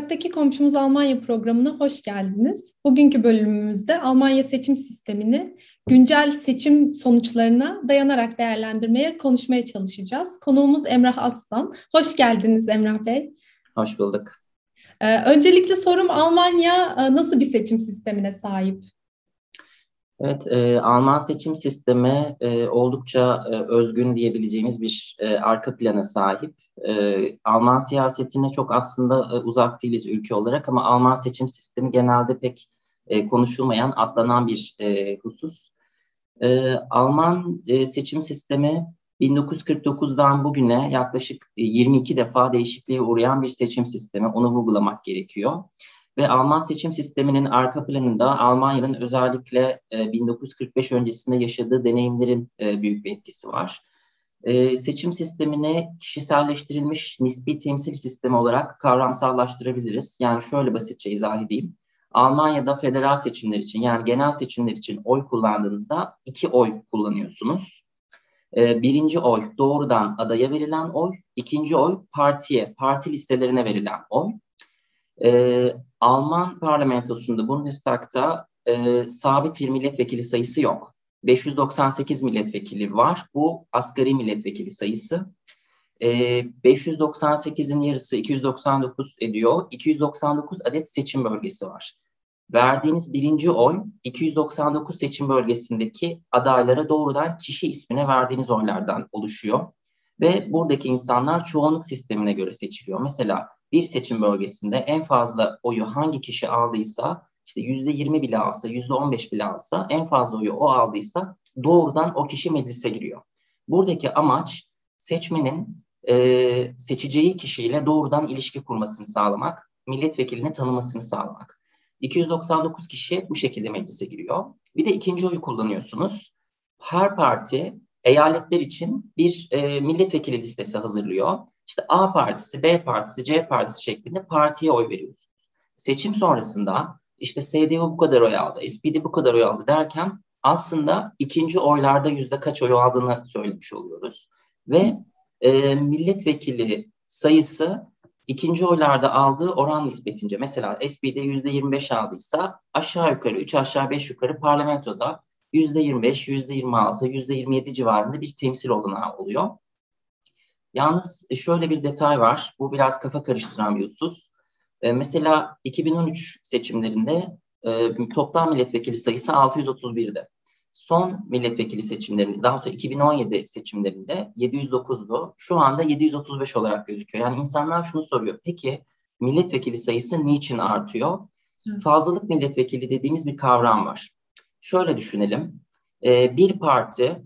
Uzaktaki komşumuz Almanya programına hoş geldiniz. Bugünkü bölümümüzde Almanya seçim sistemini güncel seçim sonuçlarına dayanarak değerlendirmeye, konuşmaya çalışacağız. Konuğumuz Emrah Aslan. Hoş geldiniz Emrah Bey. Hoş bulduk. Öncelikle sorum Almanya nasıl bir seçim sistemine sahip? Evet, Alman seçim sistemi oldukça özgün diyebileceğimiz bir arka plana sahip. Alman siyasetine çok aslında uzak değiliz ülke olarak ama Alman seçim sistemi genelde pek konuşulmayan, atlanan bir husus. Alman seçim sistemi 1949'dan bugüne yaklaşık 22 defa değişikliğe uğrayan bir seçim sistemi. Onu vurgulamak gerekiyor. Ve Alman seçim sisteminin arka planında Almanya'nın özellikle 1945 öncesinde yaşadığı deneyimlerin büyük bir etkisi var. Seçim sistemini kişiselleştirilmiş nispi temsil sistemi olarak kavramsallaştırabiliriz. Yani şöyle basitçe izah edeyim. Almanya'da federal seçimler için yani genel seçimler için oy kullandığınızda 2 oy kullanıyorsunuz. Birinci oy doğrudan adaya verilen oy, ikinci oy parti listelerine verilen oy. Alman parlamentosunda Bundestag'ta sabit bir milletvekili sayısı yok. 598 milletvekili var. Bu asgari milletvekili sayısı. 598'in yarısı 299 ediyor. 299 adet seçim bölgesi var. Verdiğiniz birinci oy 299 seçim bölgesindeki adaylara doğrudan kişi ismine verdiğiniz oylardan oluşuyor. Ve buradaki insanlar çoğunluk sistemine göre seçiliyor. Mesela bir seçim bölgesinde en fazla oyu hangi kişi aldıysa, işte %20 bile alsa, %15 bile alsa, en fazla oyu o aldıysa doğrudan o kişi meclise giriyor. Buradaki amaç seçmenin seçeceği kişiyle doğrudan ilişki kurmasını sağlamak, milletvekilini tanımasını sağlamak. 299 kişi bu şekilde meclise giriyor. Bir de ikinci oyu kullanıyorsunuz. Her parti eyaletler için bir milletvekili listesi hazırlıyor. İşte A partisi, B partisi, C partisi şeklinde partiye oy veriyorsunuz. Seçim sonrasında işte CDU bu kadar oy aldı, SPD bu kadar oy aldı derken aslında ikinci oylarda yüzde kaç oy aldığını söylemiş oluyoruz. Ve milletvekili sayısı ikinci oylarda aldığı oran nispetince mesela SPD %25 aldıysa aşağı yukarı 3 aşağı 5 yukarı parlamentoda %25, %26, %27 civarında bir temsil olanağı oluyor. Yalnız şöyle bir detay var. Bu biraz kafa karıştıran bir husus. Mesela 2013 seçimlerinde toplam milletvekili sayısı 631'di. Son milletvekili seçimlerinde, daha sonra 2017 seçimlerinde 709'du. Şu anda 735 olarak gözüküyor. Yani insanlar şunu soruyor. Peki milletvekili sayısı niçin artıyor? Evet. Fazlalık milletvekili dediğimiz bir kavram var. Şöyle düşünelim. Bir parti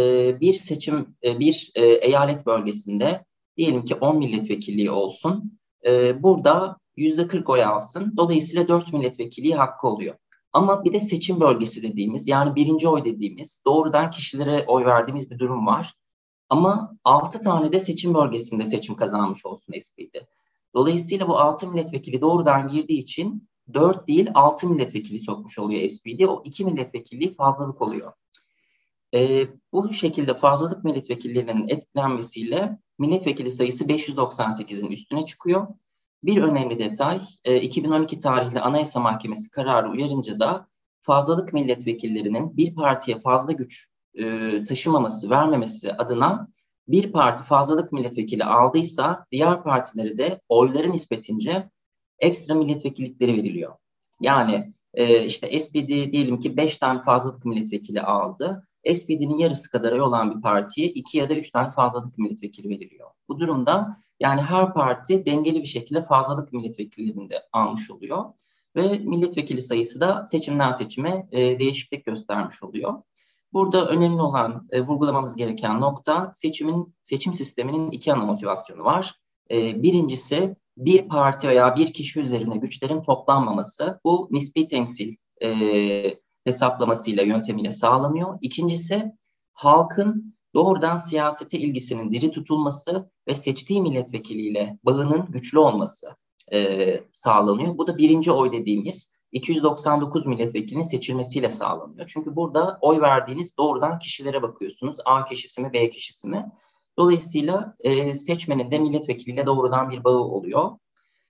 bir eyalet bölgesinde diyelim ki 10 milletvekilliği olsun. Burada %40 oy alsın. Dolayısıyla 4 milletvekilliği hakkı oluyor. Ama bir de seçim bölgesi dediğimiz yani birinci oy dediğimiz doğrudan kişilere oy verdiğimiz bir durum var. Ama 6 tane de seçim bölgesinde seçim kazanmış olsun SPD. Dolayısıyla bu 6 milletvekili doğrudan girdiği için 4 değil 6 milletvekili sokmuş oluyor SPD. O 2 milletvekilliği fazlalık oluyor. Bu şekilde fazlalık milletvekillerinin etkilenmesiyle milletvekili sayısı 598'in üstüne çıkıyor. Bir önemli detay, 2012 tarihli Anayasa Mahkemesi kararı uyarınca da fazlalık milletvekillerinin bir partiye fazla güç taşımaması, vermemesi adına bir parti fazlalık milletvekili aldıysa diğer partilere de oyları nispetince ekstra milletvekillikleri veriliyor. Yani işte SPD diyelim ki 5 tane fazlalık milletvekili aldı. SPD'nin yarısı kadar oy olan bir partiye 2 ya da 3 tane fazlalık milletvekili veriliyor. Bu durumda yani her parti dengeli bir şekilde fazlalık milletvekillerini de almış oluyor. Ve milletvekili sayısı da seçimden seçime değişiklik göstermiş oluyor. Burada önemli olan vurgulamamız gereken nokta seçim sisteminin iki ana motivasyonu var. Birincisi bir parti veya bir kişi üzerine güçlerin toplanmaması. Bu nispi temsil hesaplamasıyla, yöntemiyle sağlanıyor. İkincisi halkın doğrudan siyasete ilgisinin diri tutulması ve seçtiği milletvekiliyle bağının güçlü olması sağlanıyor. Bu da birinci oy dediğimiz 299 milletvekilinin seçilmesiyle sağlanıyor. Çünkü burada oy verdiğiniz doğrudan kişilere bakıyorsunuz. A kişisi mi, B kişisi mi? Dolayısıyla seçmenin de milletvekiliyle doğrudan bir bağı oluyor.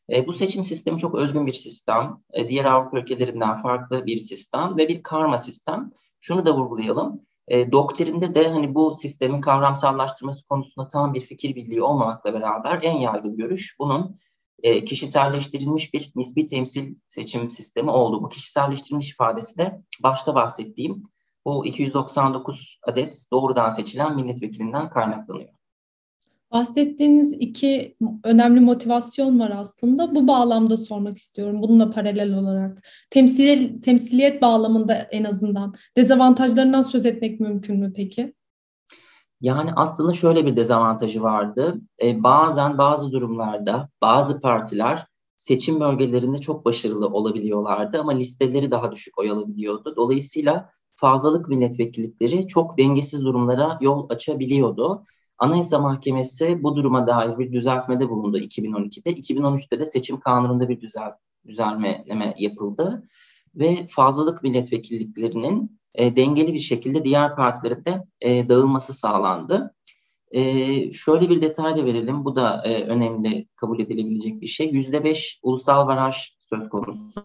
Bu seçim sistemi çok özgün bir sistem. Diğer Avrupa ülkelerinden farklı bir sistem ve bir karma sistem. Şunu da vurgulayalım. Doktrinde de hani bu sistemin kavramsallaştırması konusunda tam bir fikir birliği olmamakla beraber en yaygın görüş bunun kişiselleştirilmiş bir nispi temsil seçim sistemi oldu. Bu kişiselleştirilmiş ifadesi de başta bahsettiğim bu 299 adet doğrudan seçilen milletvekilinden kaynaklanıyor. Bahsettiğiniz iki önemli motivasyon var aslında. Bu bağlamda sormak istiyorum. Bununla paralel olarak. Temsiliyet bağlamında en azından dezavantajlarından söz etmek mümkün mü peki? Yani aslında şöyle bir dezavantajı vardı. Bazen bazı durumlarda bazı partiler seçim bölgelerinde çok başarılı olabiliyorlardı ama listeleri daha düşük oy alabiliyordu. Dolayısıyla fazlalık milletvekillikleri çok dengesiz durumlara yol açabiliyordu. Anayasa Mahkemesi bu duruma dair bir düzeltmede bulundu 2012'de. 2013'te de seçim kanununda bir düzenleme yapıldı ve fazlalık milletvekilliklerinin dengeli bir şekilde diğer partilere de dağılması sağlandı. Şöyle bir detay da verelim. Bu da önemli kabul edilebilecek bir şey. %5 ulusal baraj söz konusu.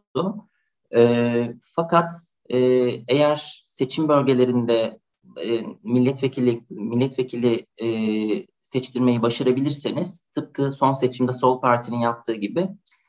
Fakat eğer seçim bölgelerinde milletvekili seçtirmeyi başarabilirseniz, tıpkı son seçimde Sol Parti'nin yaptığı gibi,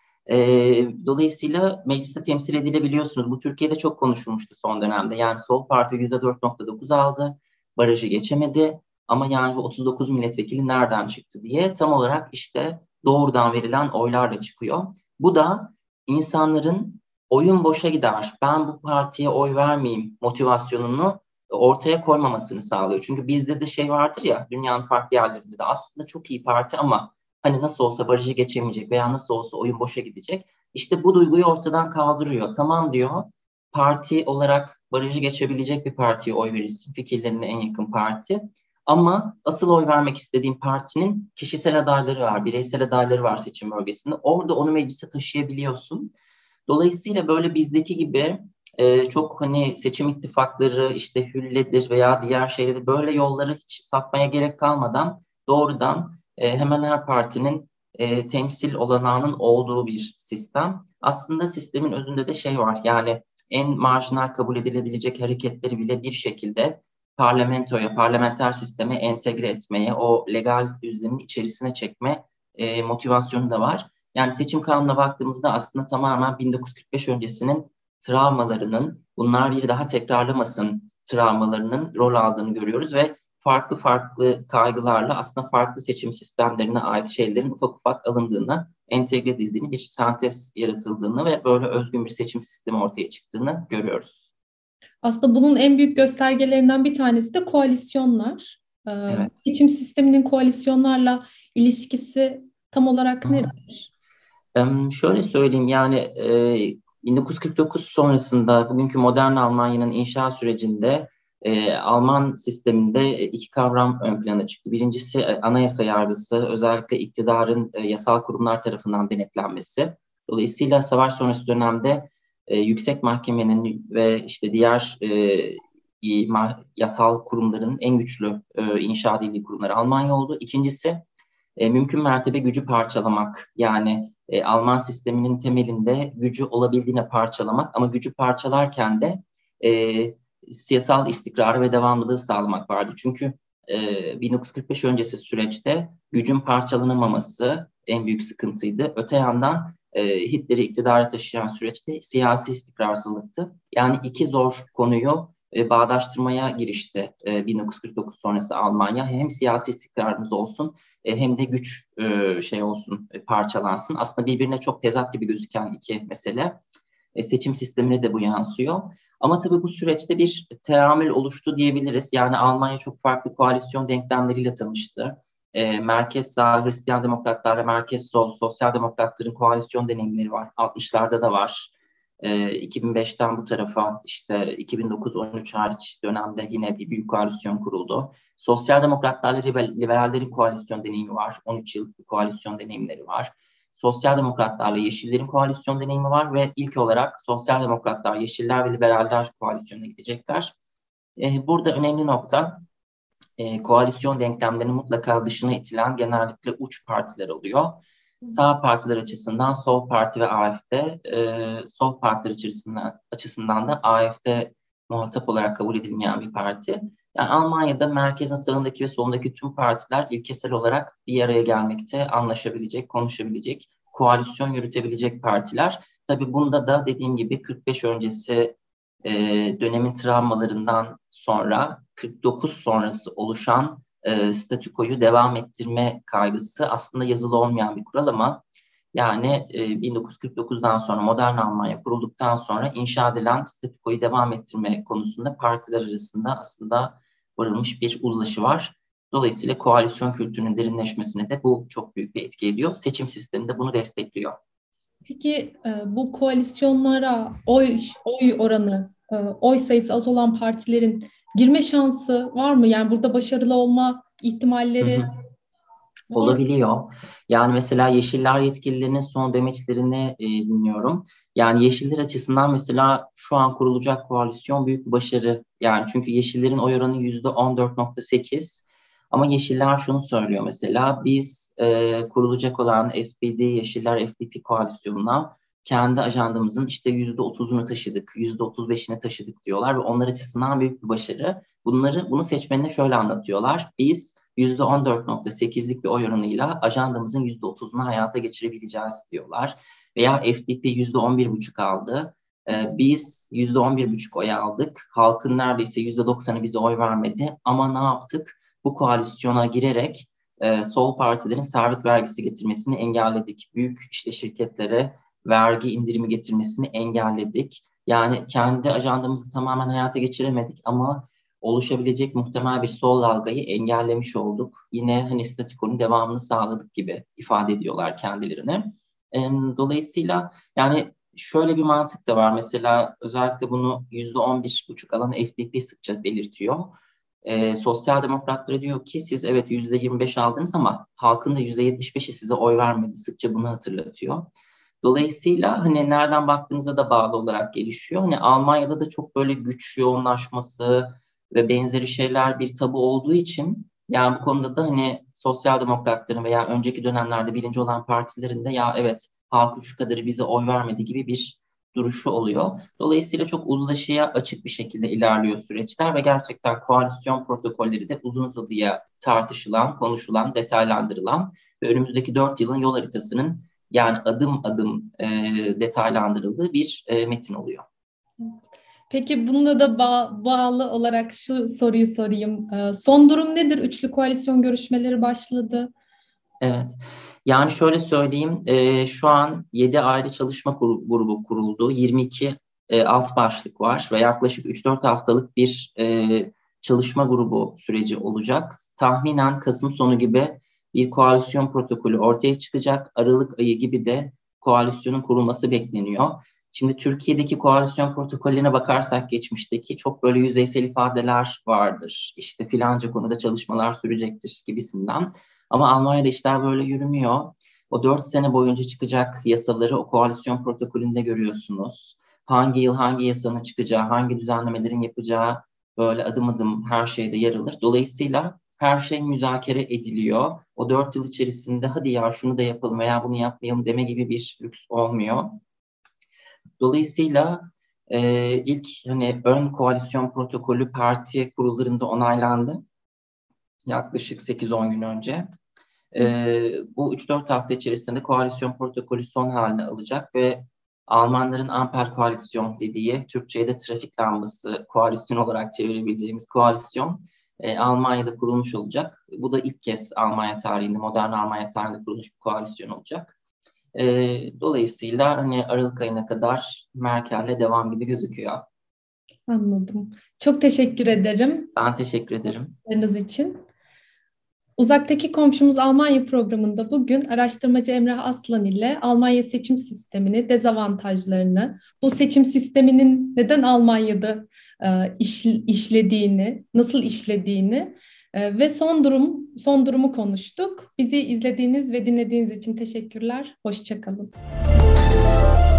dolayısıyla mecliste temsil edilebiliyorsunuz. Bu Türkiye'de çok konuşulmuştu son dönemde. Yani Sol Parti %4,9 aldı, barajı geçemedi. Ama yani bu 39 milletvekili nereden çıktı diye tam olarak işte doğrudan verilen oylarla çıkıyor. Bu da insanların oyun boşa gider, ben bu partiye oy vermeyeyim motivasyonunu ortaya koymamasını sağlıyor. Çünkü bizde de şey vardır ya, dünyanın farklı yerlerinde de aslında çok iyi parti ama hani nasıl olsa barajı geçemeyecek veya nasıl olsa oyun boşa gidecek. İşte bu duyguyu ortadan kaldırıyor. Tamam diyor, parti olarak barajı geçebilecek bir partiye oy verirsin. Fikirlerine en yakın parti. Ama asıl oy vermek istediğin partinin kişisel adayları var, bireysel adayları var seçim bölgesinde. Orada onu meclise taşıyabiliyorsun. Dolayısıyla böyle bizdeki gibi çok hani seçim ittifakları işte hülledir veya diğer şeyleri böyle yolları hiç sapmaya gerek kalmadan doğrudan hemen her partinin temsil olanağının olduğu bir sistem. Aslında sistemin özünde de şey var, yani en marjinal kabul edilebilecek hareketleri bile bir şekilde parlamentoya, parlamenter sisteme entegre etmeye, o legal düzlemin içerisine çekme motivasyonu da var. Yani seçim kanununa baktığımızda aslında tamamen 1945 öncesinin travmalarının, bunlar bir daha tekrarlamasın travmalarının rol aldığını görüyoruz ve farklı farklı kaygılarla aslında farklı seçim sistemlerine ait şeylerin ufak ufak alındığını, entegre edildiğini, bir sentez yaratıldığını ve böyle özgün bir seçim sistemi ortaya çıktığını görüyoruz. Aslında bunun en büyük göstergelerinden bir tanesi de koalisyonlar. Evet. Seçim sisteminin koalisyonlarla ilişkisi tam olarak Hı-hı. nedir? Şöyle söyleyeyim, yani 1949 sonrasında bugünkü modern Almanya'nın inşa sürecinde Alman sisteminde iki kavram ön plana çıktı. Birincisi anayasa yargısı, özellikle iktidarın yasal kurumlar tarafından denetlenmesi. Dolayısıyla savaş sonrası dönemde yüksek mahkemenin ve işte diğer yasal kurumların en güçlü inşa edildiği kurumlar Almanya oldu. İkincisi mümkün mertebe gücü parçalamak. Yani Alman sisteminin temelinde gücü olabildiğine parçalamak ama gücü parçalarken de siyasal istikrarı ve devamlılığı sağlamak vardı. Çünkü 1945 öncesi süreçte gücün parçalanamaması en büyük sıkıntıydı. Öte yandan Hitler'i iktidara taşıyan süreçte siyasi istikrarsızlıktı. Yani iki zor konuyu bağdaştırmaya girişti 1949 sonrası Almanya. Hem siyasi istikrarımız olsun hem de güç şey olsun, parçalansın. Aslında birbirine çok tezat gibi gözüken iki mesele. Seçim sistemine de bu yansıyor. Ama tabii bu süreçte bir teamül oluştu diyebiliriz. Yani Almanya çok farklı koalisyon denklemleriyle tanıştı. Merkez sağ Hristiyan demokratlarla merkez sol sosyal demokratların koalisyon deneyimleri var. 60'larda da var. 2005'ten bu tarafa işte 2009-13 hariç dönemde yine bir büyük koalisyon kuruldu. Sosyal demokratlarla liberallerin koalisyon deneyimi var. 13 yıllık bir koalisyon deneyimleri var. Sosyal demokratlarla yeşillerin koalisyon deneyimi var ve ilk olarak sosyal demokratlar, yeşiller ve liberaller koalisyonuna gidecekler. Burada önemli nokta koalisyon denklemlerinin mutlaka dışına itilen genellikle uç partiler oluyor. Sağ partiler açısından Sol Parti ve AfD, Sol partiler açısından da AfD muhatap olarak kabul edilmeyen bir parti. Yani Almanya'da merkezin sağındaki ve solundaki tüm partiler ilkesel olarak bir araya gelmekte, anlaşabilecek, konuşabilecek, koalisyon yürütebilecek partiler. Tabii bunda da dediğim gibi 45 öncesi dönemin travmalarından sonra 49 sonrası oluşan statükoyu devam ettirme kaygısı aslında yazılı olmayan bir kural ama yani 1949'dan sonra modern Almanya kurulduktan sonra inşa edilen statükoyu devam ettirme konusunda partiler arasında aslında varılmış bir uzlaşı var. Dolayısıyla koalisyon kültürünün derinleşmesine de bu çok büyük bir etki ediyor. Seçim sistemi de bunu destekliyor. Peki bu koalisyonlara oy oranı, oy sayısı az olan partilerin girme şansı var mı? Yani burada başarılı olma ihtimalleri var mı? Olabiliyor. Yani mesela Yeşiller yetkililerinin son demeçlerini dinliyorum. Yani Yeşiller açısından mesela şu an kurulacak koalisyon büyük bir başarı. Yani çünkü Yeşillerin oy oranı %14,8. Ama Yeşiller şunu söylüyor mesela biz kurulacak olan SPD, Yeşiller, FDP koalisyonuna kendi ajandamızın işte %30'unu taşıdık, %35'ini taşıdık diyorlar ve onlar açısından büyük bir başarı. Bunu seçmenine şöyle anlatıyorlar. Biz %14,8'lik bir oy oranıyla ajandamızın %30'unu hayata geçirebileceğiz diyorlar. Veya FDP %11,5 aldı. Biz %11,5 oy aldık. Halkın neredeyse %90'ı bize oy vermedi. Ama ne yaptık? Bu koalisyona girerek sol partilerin servet vergisi getirmesini engelledik. Büyük işte şirketlere vergi indirimi getirmesini engelledik. Yani kendi ajandamızı tamamen hayata geçiremedik ama oluşabilecek muhtemel bir sol dalgayı engellemiş olduk. Yine hani statükonun devamını sağladık gibi ifade ediyorlar kendilerine. Dolayısıyla yani şöyle bir mantık da var. Mesela özellikle bunu %11,5 alan FDP sıkça belirtiyor. Sosyal demokratları diyor ki siz evet %25 aldınız ama halkın da %75'i size oy vermedi. Sıkça bunu hatırlatıyor. Dolayısıyla hani nereden baktığınıza da bağlı olarak gelişiyor. Hani Almanya'da da çok böyle güç yoğunlaşması ve benzeri şeyler bir tabu olduğu için yani bu konuda da hani sosyal demokratların veya önceki dönemlerde birinci olan partilerin de ya evet halkın şu kadarı bize oy vermedi gibi bir duruşu oluyor. Dolayısıyla çok uzlaşıya açık bir şekilde ilerliyor süreçler ve gerçekten koalisyon protokolleri de uzun uzadıya tartışılan, konuşulan, detaylandırılan ve önümüzdeki 4 yılın yol haritasının yani adım adım detaylandırıldığı bir metin oluyor. Peki bununla da bağlı olarak şu soruyu sorayım. Son durum nedir? Üçlü koalisyon görüşmeleri başladı. Evet. Yani şöyle söyleyeyim, şu an 7 ayrı çalışma grubu kuruldu. 22 alt başlık var ve yaklaşık 3-4 haftalık bir çalışma grubu süreci olacak. Tahminen Kasım sonu gibi bir koalisyon protokolü ortaya çıkacak. Aralık ayı gibi de koalisyonun kurulması bekleniyor. Şimdi Türkiye'deki koalisyon protokollerine bakarsak geçmişteki çok böyle yüzeysel ifadeler vardır. İşte filanca konuda çalışmalar sürecektir gibisinden. Ama Almanya'da işler böyle yürümüyor. O 4 sene boyunca çıkacak yasaları o koalisyon protokolünde görüyorsunuz. Hangi yıl hangi yasanın çıkacağı, hangi düzenlemelerin yapacağı böyle adım adım her şeyde yer alır. Dolayısıyla her şey müzakere ediliyor. O 4 yıl içerisinde hadi ya şunu da yapalım veya bunu yapmayalım deme gibi bir lüks olmuyor. Dolayısıyla ilk hani ön koalisyon protokolü parti kurullarında onaylandı. Yaklaşık 8-10 gün önce. Bu 3-4 hafta içerisinde koalisyon protokolü son haline alacak ve Almanların Ampel koalisyon dediği, Türkçe'ye de trafik lambası koalisyon olarak çevirebileceğimiz koalisyon Almanya'da kurulmuş olacak. Bu da ilk kez Almanya tarihinde, modern Almanya tarihinde kurulmuş bir koalisyon olacak. Dolayısıyla hani Aralık ayına kadar Merkel'le devam gibi gözüküyor. Anladım. Çok teşekkür ederim. Ben teşekkür ederim. için. Uzaktaki komşumuz Almanya programında bugün araştırmacı Emrah Aslan ile Almanya seçim sistemini, dezavantajlarını, bu seçim sisteminin neden Almanya'da işlediğini, nasıl işlediğini ve son durumu konuştuk. Bizi izlediğiniz ve dinlediğiniz için teşekkürler. Hoşça kalın.